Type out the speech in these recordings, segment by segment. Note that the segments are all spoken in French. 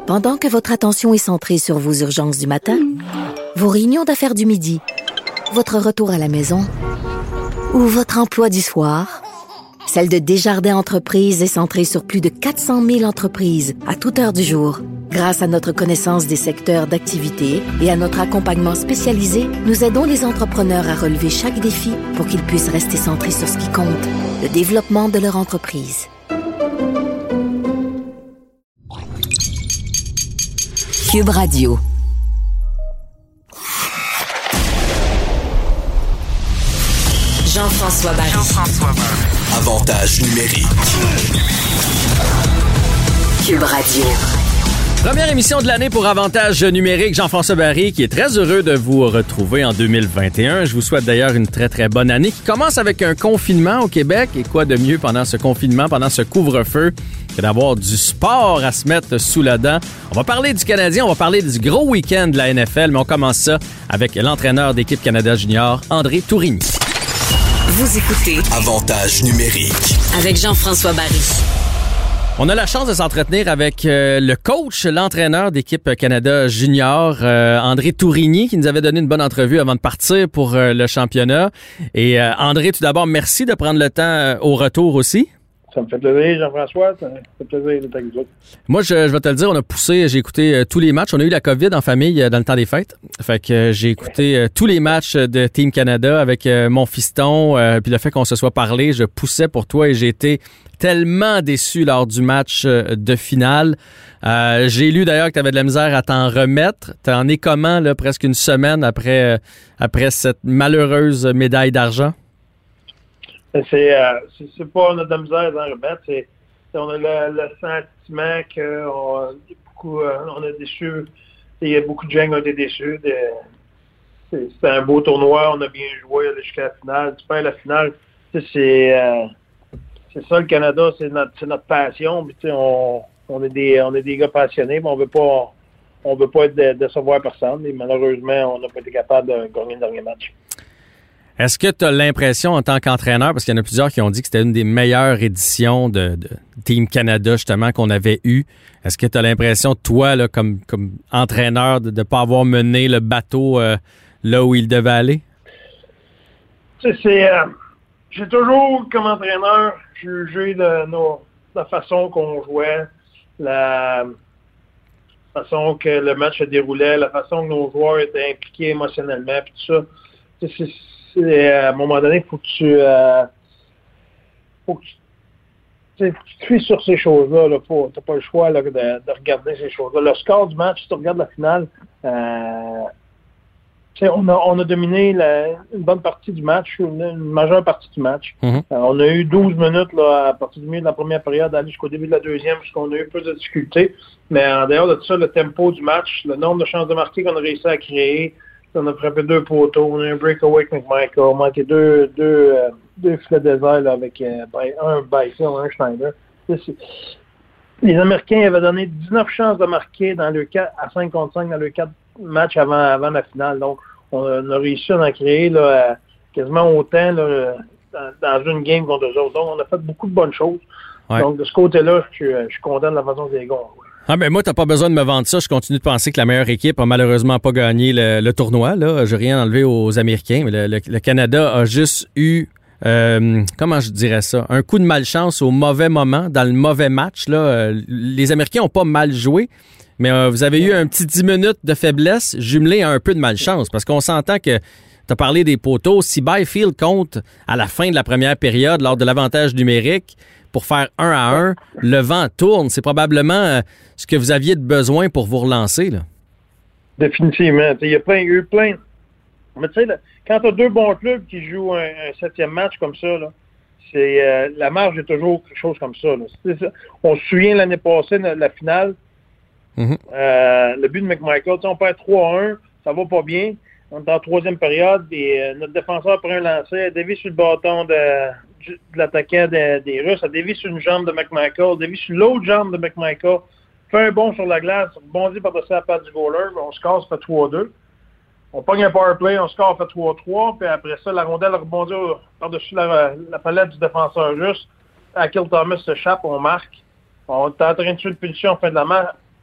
Pendant que votre attention est centrée sur vos urgences du matin, vos réunions d'affaires du midi, votre retour à la maison ou votre emploi du soir, celle de Desjardins Entreprises est centrée sur plus de 400 000 entreprises à toute heure du jour. Grâce à notre connaissance des secteurs d'activité et à notre accompagnement spécialisé, nous aidons les entrepreneurs à relever chaque défi pour qu'ils puissent rester centrés sur ce qui compte, le développement de leur entreprise. Cube Radio. Jean-François Barry. Avantage numérique. Cube Radio. Première émission de l'année pour Avantage numérique. Jean-François Barry qui est très heureux de vous retrouver en 2021. Je vous souhaite d'ailleurs une très très bonne année qui commence avec un confinement au Québec. Et quoi de mieux pendant ce confinement, pendant ce couvre-feu que d'avoir du sport à se mettre sous la dent. On va parler du Canadien, on va parler du gros week-end de la NFL, mais on commence ça avec l'entraîneur d'équipe Canada Junior, André Tourigny. Vous écoutez Avantage numérique avec Jean-François Barry. On a la chance de s'entretenir avec le coach, l'entraîneur d'équipe Canada Junior, André Tourigny, qui nous avait donné une bonne entrevue avant de partir pour le championnat. Et André, tout d'abord, merci de prendre le temps au retour aussi. Ça me fait plaisir, Jean-François. Ça me fait plaisir d'être avec vous. Moi, je vais te le dire, on a poussé, j'ai écouté tous les matchs. On a eu la COVID en famille dans le temps des fêtes. Fait que j'ai écouté tous les matchs de Team Canada avec mon fiston. Puis le fait qu'on se soit parlé, je poussais pour toi et j'ai été tellement déçu lors du match de finale. J'ai lu d'ailleurs que tu avais de la misère à t'en remettre. T'en es comment, là, presque une semaine après cette malheureuse médaille d'argent? C'est pas on a de la misère à s'en remettre. On a le sentiment qu'on a déçu. Il y a beaucoup de gens qui ont été déçus. C'était un beau tournoi, on a bien joué jusqu'à la finale. Tu perds la finale. C'est ça le Canada, c'est notre passion. Puis, on est des gars passionnés, mais on veut pas être décevoir personne. Et malheureusement, on n'a pas été capable de gagner le dernier match. Est-ce que tu as l'impression en tant qu'entraîneur, parce qu'il y en a plusieurs qui ont dit que c'était une des meilleures éditions de Team Canada justement qu'on avait eu, est-ce que tu as l'impression, toi, là, comme entraîneur, de ne pas avoir mené le bateau là où il devait aller? J'ai toujours, comme entraîneur, jugé de la façon qu'on jouait, la façon que le match se déroulait, la façon que nos joueurs étaient impliqués émotionnellement, puis tout ça. À un moment donné, il faut que tu te fies sur ces choses-là. Tu n'as pas le choix là, de regarder ces choses-là. Le score du match, si tu regardes la finale, on a dominé une bonne partie du match, une majeure partie du match. Mm-hmm. On a eu 12 minutes là, à partir du milieu de la première période, aller jusqu'au début de la deuxième, puisqu'on a eu plus de difficultés. Mais en dehors de tout ça, le tempo du match, le nombre de chances de marquer qu'on a réussi à créer, on a frappé 2 poteaux, on a eu un breakaway avec McMichael, on a manqué deux filets désert là, avec un Byfield, un Schneider. Les Américains avaient donné 19 chances de marquer dans le 4 à 5 contre 5 dans le 4 matchs avant la finale. Donc, on a réussi à en créer là, quasiment autant là, dans une game contre eux autres. Donc, on a fait beaucoup de bonnes choses. Ouais. Donc, de ce côté-là, je suis content de la façon que les gars ont joué. Ah ben moi, t'as pas besoin de me vendre ça. Je continue de penser que la meilleure équipe a malheureusement pas gagné le tournoi. Là, j'ai rien enlevé aux Américains, mais le Canada a juste eu, comment je dirais ça, un coup de malchance au mauvais moment, dans le mauvais match. Là, les Américains ont pas mal joué, mais vous avez eu un petit 10 minutes de faiblesse jumelé à un peu de malchance, parce qu'on s'entend que t'as parlé des poteaux. Si Byfield compte à la fin de la première période lors de l'avantage numérique pour faire 1-1, le vent tourne. C'est probablement ce que vous aviez de besoin pour vous relancer, là. Définitivement. Il y a eu plein. Mais tu sais, quand tu as 2 bons clubs qui jouent un 7e match comme ça, là, c'est la marge est toujours quelque chose comme ça, là. On se souvient l'année passée, la finale, le but de McMichael, on perd 3-1, ça va pas bien. On est en 3e période et notre défenseur prend un lancer, a dévié sur le bâton de l'attaquant des Russes, a dévié sur une jambe de McMichael, dévié sur l'autre jambe de McMichael, fait un bond sur la glace, rebondit par-dessus la patte du goaler, on score, ça fait 3-2. On pogne un power play, on score, fait 3-3, puis après ça, la rondelle rebondit par-dessus la palette du défenseur russe. Akil Thomas s'échappe, on marque. On est en train de tuer une punition en fin de la match.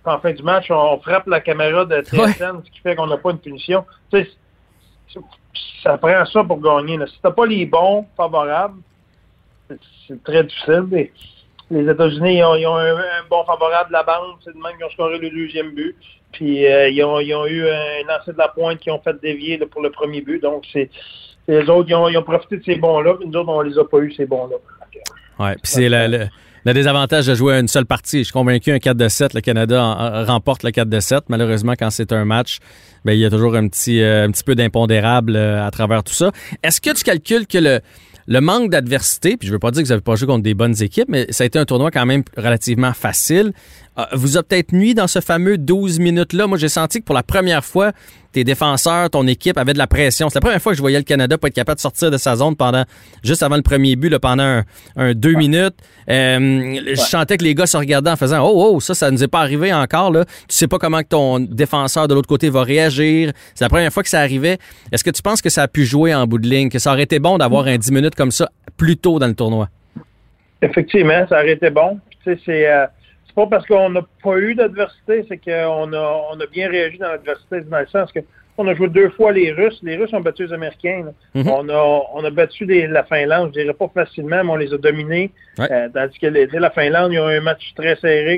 en fin du match, on frappe la caméra de TSN, ce qui fait qu'on n'a pas une punition. Tu sais, ça prend ça pour gagner. Là. Si t'as pas les bons favorables, c'est très difficile. Mais les États-Unis, ils ont un bon favorable de la bande. C'est de même qu'ils ont scoré le deuxième but. Puis ils ont eu un lancer de la pointe qui ont fait dévier là, pour le premier but. Donc, les autres, ils ont profité de ces bons-là. Nous autres, on les a pas eu, ces bons-là. Oui, puis c'est le désavantage de jouer à une seule partie. Je suis convaincu, un 4-7, le Canada remporte le 4-7. Malheureusement, quand c'est un match, ben il y a toujours un petit peu d'impondérable à travers tout ça. Est-ce que tu calcules que le manque d'adversité, puis je veux pas dire que vous n'avez pas joué contre des bonnes équipes, mais ça a été un tournoi quand même relativement facile, vous a peut-être nui dans ce fameux 12 minutes-là? Moi, j'ai senti que pour la première fois, tes défenseurs, ton équipe avaient de la pression. C'est la première fois que je voyais le Canada pas être capable de sortir de sa zone juste avant le premier but, là, pendant un 2 minutes. Je sentais que les gars se regardaient en faisant « Oh, ça nous est pas arrivé encore. Là. Tu sais pas comment que ton défenseur de l'autre côté va réagir. » C'est la première fois que ça arrivait. Est-ce que tu penses que ça a pu jouer en bout de ligne, que ça aurait été bon d'avoir un 10 minutes comme ça plus tôt dans le tournoi? Effectivement, ça aurait été bon. Tu sais, c'est pas parce qu'on n'a pas eu d'adversité, c'est qu'on a bien réagi dans l'adversité, dans le sens que on a joué 2 fois les Russes. Les Russes ont battu les Américains. Mm-hmm. On a battu la Finlande, je dirais pas facilement, mais on les a dominés. Ouais. Tandis que la Finlande, ils ont un match très serré.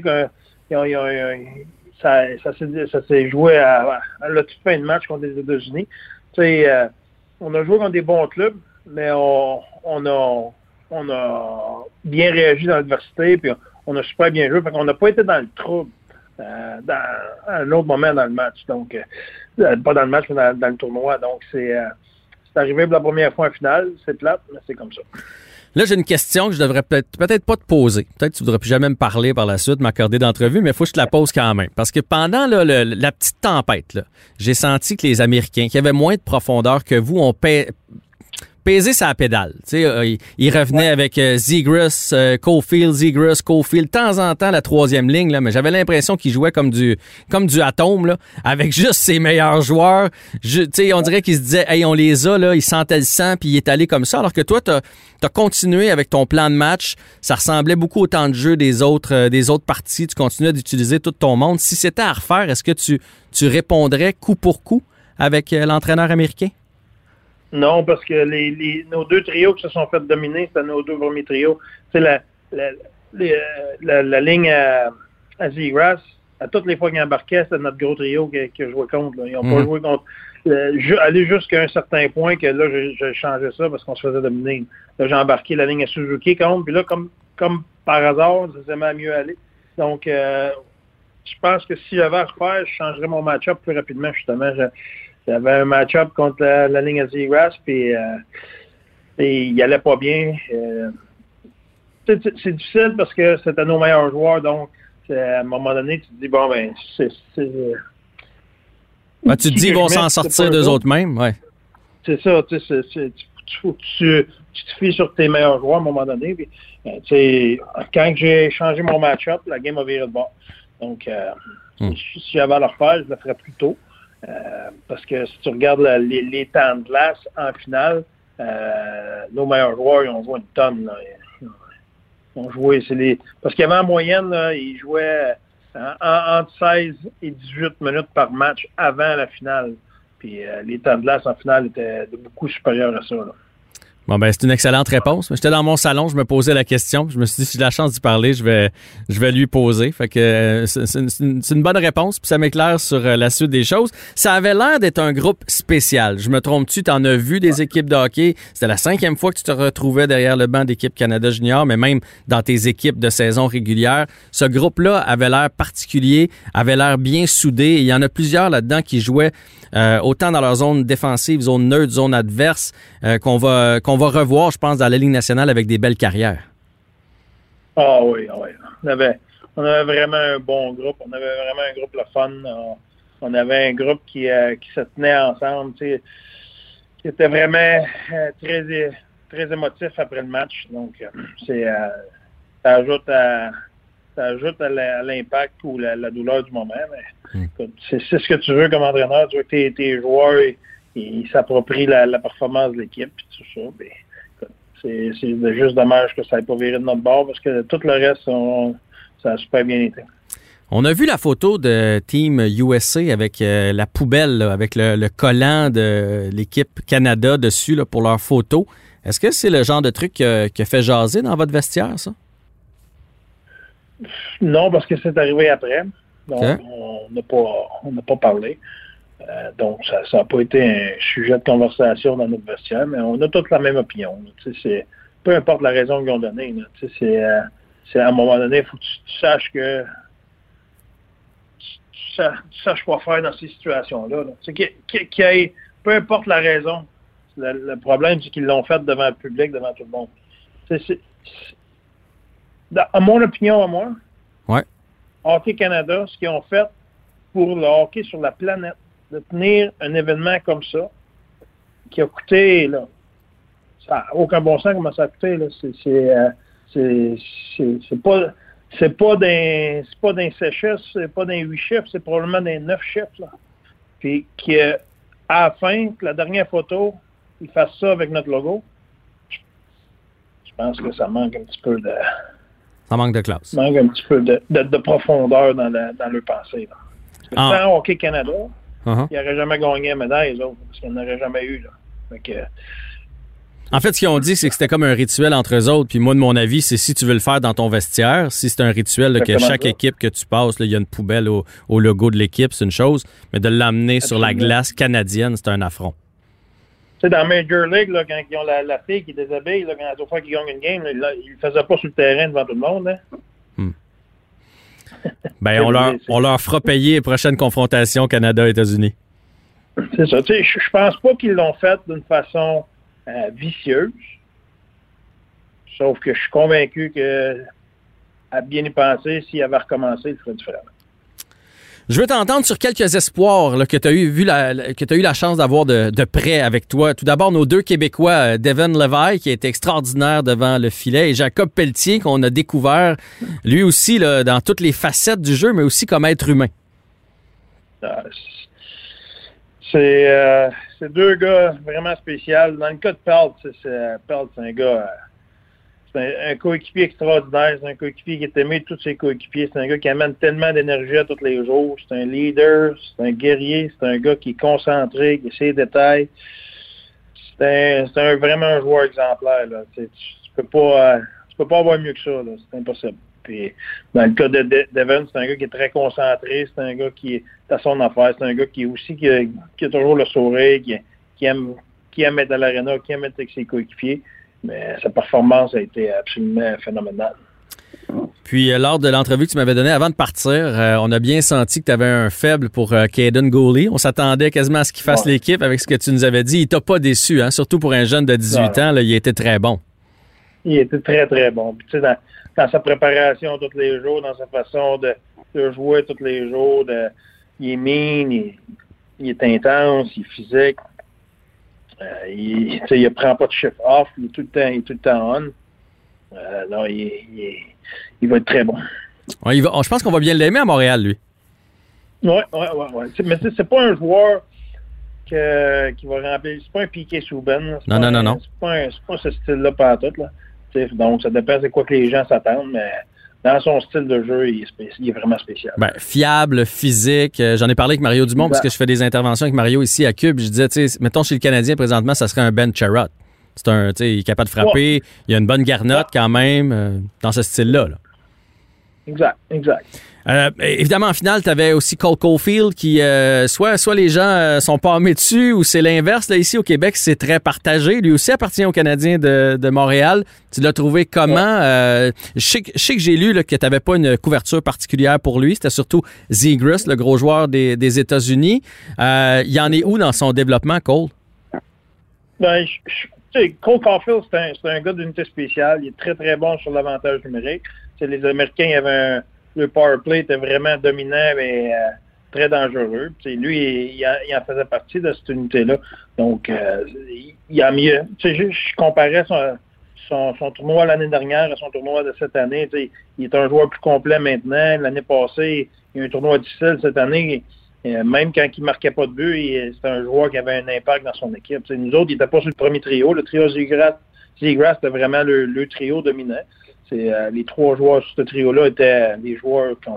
Ça s'est joué à la toute fin de match contre les États-Unis. Tu sais, on a joué contre des bons clubs, mais on a bien réagi dans l'adversité, puis on a super bien joué. Fait qu'on n'a pas été dans le trouble à un autre moment dans le match. Donc, pas dans le match, mais dans le tournoi. Donc, c'est arrivé pour la première fois en finale. C'est plate, mais c'est comme ça. Là, j'ai une question que je devrais peut-être pas te poser. Peut-être que tu ne voudrais plus jamais me parler par la suite, m'accorder d'entrevue, mais il faut que je te la pose quand même. Parce que pendant la petite tempête, là, j'ai senti que les Américains, qui avaient moins de profondeur que vous, ont pesé sa pédale. Tu sais, il revenait avec Zegras, Caulfield. De temps en temps, la troisième ligne, là, mais j'avais l'impression qu'il jouait comme du atome, là, avec juste ses meilleurs joueurs. Tu sais, on dirait qu'il se disait, hey, on les a, là, il sentait le sang, puis il est allé comme ça. Alors que toi, t'as continué avec ton plan de match. Ça ressemblait beaucoup au temps de jeu des autres parties. Tu continuais d'utiliser tout ton monde. Si c'était à refaire, est-ce que tu répondrais coup pour coup avec l'entraîneur américain? Non, parce que nos 2 trios qui se sont fait dominer, c'était nos 2 premiers trios. C'est la ligne à Zegras, à toutes les fois qu'il embarquait, c'était notre gros trio qui a joué contre. Là. Ils n'ont pas joué contre. Aller jusqu'à un certain point que là, j'ai changé ça parce qu'on se faisait dominer. Là, j'ai embarqué la ligne à Suzuki contre, puis là, comme par hasard, ça s'est mis à mieux aller. Donc, je pense que si j'avais à refaire, je changerais mon match-up plus rapidement, justement. J'avais un match-up contre la ligne à Zegras, puis il allait pas bien. C'est difficile parce que c'était nos meilleurs joueurs, donc à un moment donné, tu te dis, bon, ben, tu te dis, ils vont s'en sortir d'eux autres mêmes, ouais. C'est ça, tu te fies sur tes meilleurs joueurs à un moment donné. Puis, quand j'ai changé mon match-up, la game a viré de bord. Donc, si j'avais à le refaire, je le ferais plus tôt. Parce que si tu regardes les temps de glace en finale, nos meilleurs joueurs, ils ont joué une tonne. Là. Ils ont joué, parce qu'il y avait en moyenne, là, ils jouaient entre 16 et 18 minutes par match avant la finale. Puis les temps de glace en finale étaient beaucoup supérieurs à ça. Là. Bon, ben, c'est une excellente réponse. J'étais dans mon salon, je me posais la question. Je me suis dit, si j'ai la chance d'y parler, je vais lui poser. Fait que c'est une bonne réponse, puis ça m'éclaire sur la suite des choses. Ça avait l'air d'être un groupe spécial. Je me trompe-tu? T'en as vu des équipes de hockey. C'était la 5e fois que tu te retrouvais derrière le banc d'équipe Canada Junior, mais même dans tes équipes de saison régulière. Ce groupe-là avait l'air particulier, avait l'air bien soudé. Il y en a plusieurs là-dedans qui jouaient autant dans leur zone défensive, zone neutre, zone adverse, qu'on va revoir, je pense, dans la Ligue nationale avec des belles carrières. Ah oui. On avait vraiment un bon groupe. On avait vraiment un groupe le fun. On avait un groupe qui se tenait ensemble, tu sais, qui était vraiment très, très émotif après le match. Donc, ça ajoute à l'impact ou la douleur du moment. Mais écoute, c'est ce que tu veux comme entraîneur. Tu veux que tes joueurs ils s'approprient la performance de l'équipe et tout ça. Bien, c'est juste dommage que ça n'ait pas viré de notre bord parce que tout le reste, ça a super bien été. On a vu la photo de Team USA avec la poubelle, là, avec le collant de l'équipe Canada dessus là, pour leur photo. Est-ce que c'est le genre de truc qui a fait jaser dans votre vestiaire, ça? Non, parce que c'est arrivé après. Donc, Okay. on n'a pas parlé. Donc, ça n'a pas été un sujet de conversation dans notre vestiaire, mais on a toutes la même opinion. Peu importe la raison qu'ils ont donnée. C'est à un moment donné, il faut que tu saches que tu saches quoi faire dans ces situations-là. Peu importe la raison, le problème, c'est qu'ils l'ont fait devant le public, devant tout le monde. À mon opinion, à moi, Ouais. Hockey Canada, ce qu'ils ont fait pour le hockey sur la planète, de tenir un événement comme ça, qui a coûté, là, ça n'a aucun bon sens comment ça a coûté, là. C'est pas d'un 7 chiffres, c'est pas d'un 8 chiffres, c'est probablement d'un 9 chiffres, là. Puis qu'à la fin, que la dernière photo, ils fassent ça avec notre logo. Je pense que ça manque un petit peu de... Ça manque de classe. manque un petit peu de profondeur dans leur pensée. Là. Parce que sans Hockey Canada, Uh-huh. ils n'auraient jamais gagné la médaille, les autres, parce qu'ils n'auraient jamais eu. Là. Fait que, En fait, ce qu'ils ont dit, c'est que c'était comme un rituel entre eux autres. Puis moi, de mon avis, c'est si tu veux le faire dans ton vestiaire, si c'est un rituel là, que chaque équipe que tu passes, là, il y a une poubelle au logo de l'équipe, c'est une chose. Mais de l'amener sur la glace canadienne, c'est un affront. Tu sais, dans Major League, là, quand ils ont la fille qui déshabille, là, quand la fois qu'ils gagnent une game, là, ils ne le faisaient pas sur le terrain devant tout le monde. Hein. Ben, on leur fera payer les prochaines confrontations Canada-États-Unis. C'est ça. Tu sais, je pense pas qu'ils l'ont fait d'une façon vicieuse. Sauf que je suis convaincu que, à bien y penser, s'il avait recommencé, il ferait différemment. Je veux t'entendre sur quelques espoirs là, que tu as eu la chance d'avoir de près avec toi. Tout d'abord, nos deux Québécois, Devon Levi, qui a été extraordinaire devant le filet, et Jacob Pelletier, qu'on a découvert, lui aussi, là, dans toutes les facettes du jeu, mais aussi comme être humain. C'est deux gars vraiment spéciaux. Dans le cas de Pelt, c'est un gars... C'est un coéquipier extraordinaire. C'est un coéquipier qui est aimé de tous ses coéquipiers. C'est un gars qui amène tellement d'énergie à tous les jours. C'est un leader. C'est un guerrier. C'est un gars qui est concentré, qui sait les détails. C'est vraiment un joueur exemplaire. Là. Tu peux pas avoir mieux que ça. Là. C'est impossible. Puis, dans le cas de Devon, c'est un gars qui est très concentré. C'est un gars qui est à son affaire. C'est un gars qui a toujours le sourire, qui aime être à l'aréna, qui aime être avec ses coéquipiers. Mais sa performance a été absolument phénoménale. Puis, lors de l'entrevue que tu m'avais donnée avant de partir, on a bien senti que tu avais un faible pour Caden Gooley. On s'attendait quasiment à ce qu'il fasse l'équipe avec ce que tu nous avais dit. Il t'a pas déçu, hein? Surtout pour un jeune de 18 ans, là, il était très bon. Il était très, très bon. Puis, tu sais, dans sa préparation tous les jours, dans sa façon de jouer tous les jours, il est mean, il est intense, il est physique. Il ne prend pas de chiffre off, il est tout le temps on. Non, il va être très bon. Ouais, je pense qu'on va bien l'aimer à Montréal, lui. Oui. Mais c'est pas un joueur qui va remplir. C'est pas un Piqué Souben. Non. C'est pas ce style-là pantoute, là. Donc, ça dépend de quoi que les gens s'attendent, mais dans son style de jeu, il est vraiment spécial. Ben, fiable, physique. J'en ai parlé avec Mario Dumont parce que je fais des interventions avec Mario ici à Cube. Je disais, tu sais, mettons chez le Canadien présentement, ça serait un Ben Chirot. C'est un, tu sais, il est capable de frapper. Il a une bonne garnotte quand même dans ce style-là. Là. Exact. Évidemment, en finale, tu avais aussi Cole Caulfield qui, soit les gens sont pas armés dessus ou c'est l'inverse. Là, ici au Québec, c'est très partagé. Lui aussi appartient aux Canadiens de Montréal. Tu l'as trouvé comment? Je sais que j'ai lu là, que tu n'avais pas une couverture particulière pour lui. C'était surtout Zegras, le gros joueur des États-Unis. Il y en est où dans son développement, Cole? Ben, Cole Caulfield, c'est un gars d'unité spéciale. Il est très, très bon sur l'avantage numérique. Les Américains, le power play était vraiment dominant, mais très dangereux. Lui, il en faisait partie de cette unité-là. Donc, il a mieux. Je comparais son tournoi l'année dernière à son tournoi de cette année. Il est un joueur plus complet maintenant. L'année passée, il y a eu un tournoi difficile cette année. Même quand il ne marquait pas de but, c'était un joueur qui avait un impact dans son équipe. Nous autres, il n'était pas sur le premier trio. Le trio Zegras, c'était vraiment le trio dominant. Les trois joueurs sur ce trio-là étaient des joueurs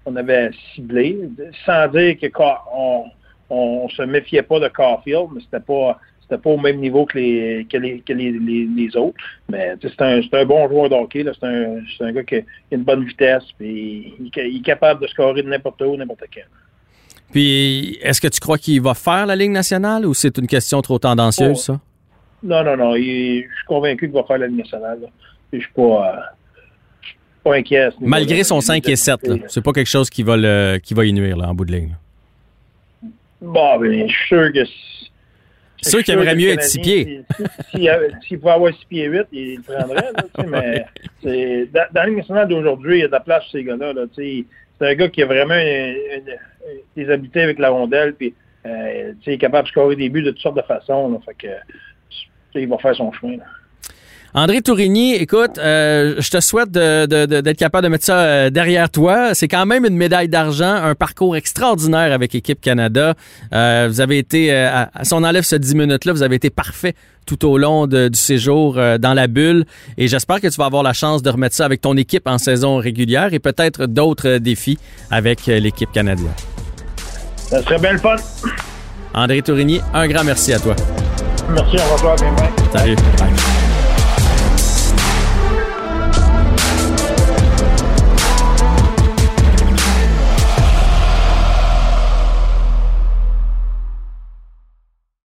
on avait ciblé, sans dire qu'on se méfiait pas de Caulfield, mais c'était pas au même niveau que les autres. Mais c'est un bon joueur de hockey. Là. C'est un gars qui a une bonne vitesse, puis il est capable de scorer de n'importe où, n'importe quand. Puis, est-ce que tu crois qu'il va faire la Ligue nationale ou c'est une question trop tendancieuse, ça? Non. Je suis convaincu qu'il va faire la Ligue nationale. Là. Je suis pas inquiet. Malgré son 5 et 7, là, c'est pas quelque chose qui va y nuire là, en bout de ligne. Bon, ben, je suis sûr que... C'est sûr qu'il aimerait mieux être 6 pieds. S'il pouvait avoir 6 pieds 8, il le prendrait. Là, mais dans la Ligue nationale d'aujourd'hui, il y a de la place pour ces gars-là. Là, c'est un gars qui a vraiment des habiletés avec la rondelle, puis il est capable de scorer des buts de toutes sortes de façons. Là, fait que, il va faire son chemin. Là. André Tourigny, écoute, je te souhaite d'être capable de mettre ça derrière toi. C'est quand même une médaille d'argent, un parcours extraordinaire avec Équipe Canada. Vous avez été, si on enlève ce 10 minutes-là, vous avez été parfait tout au long du séjour dans la bulle. Et j'espère que tu vas avoir la chance de remettre ça avec ton équipe en saison régulière et peut-être d'autres défis avec l'équipe canadienne. Ça serait bien le fun. André Tourigny, un grand merci à toi. Merci, au revoir. Bien. Salut. Bye.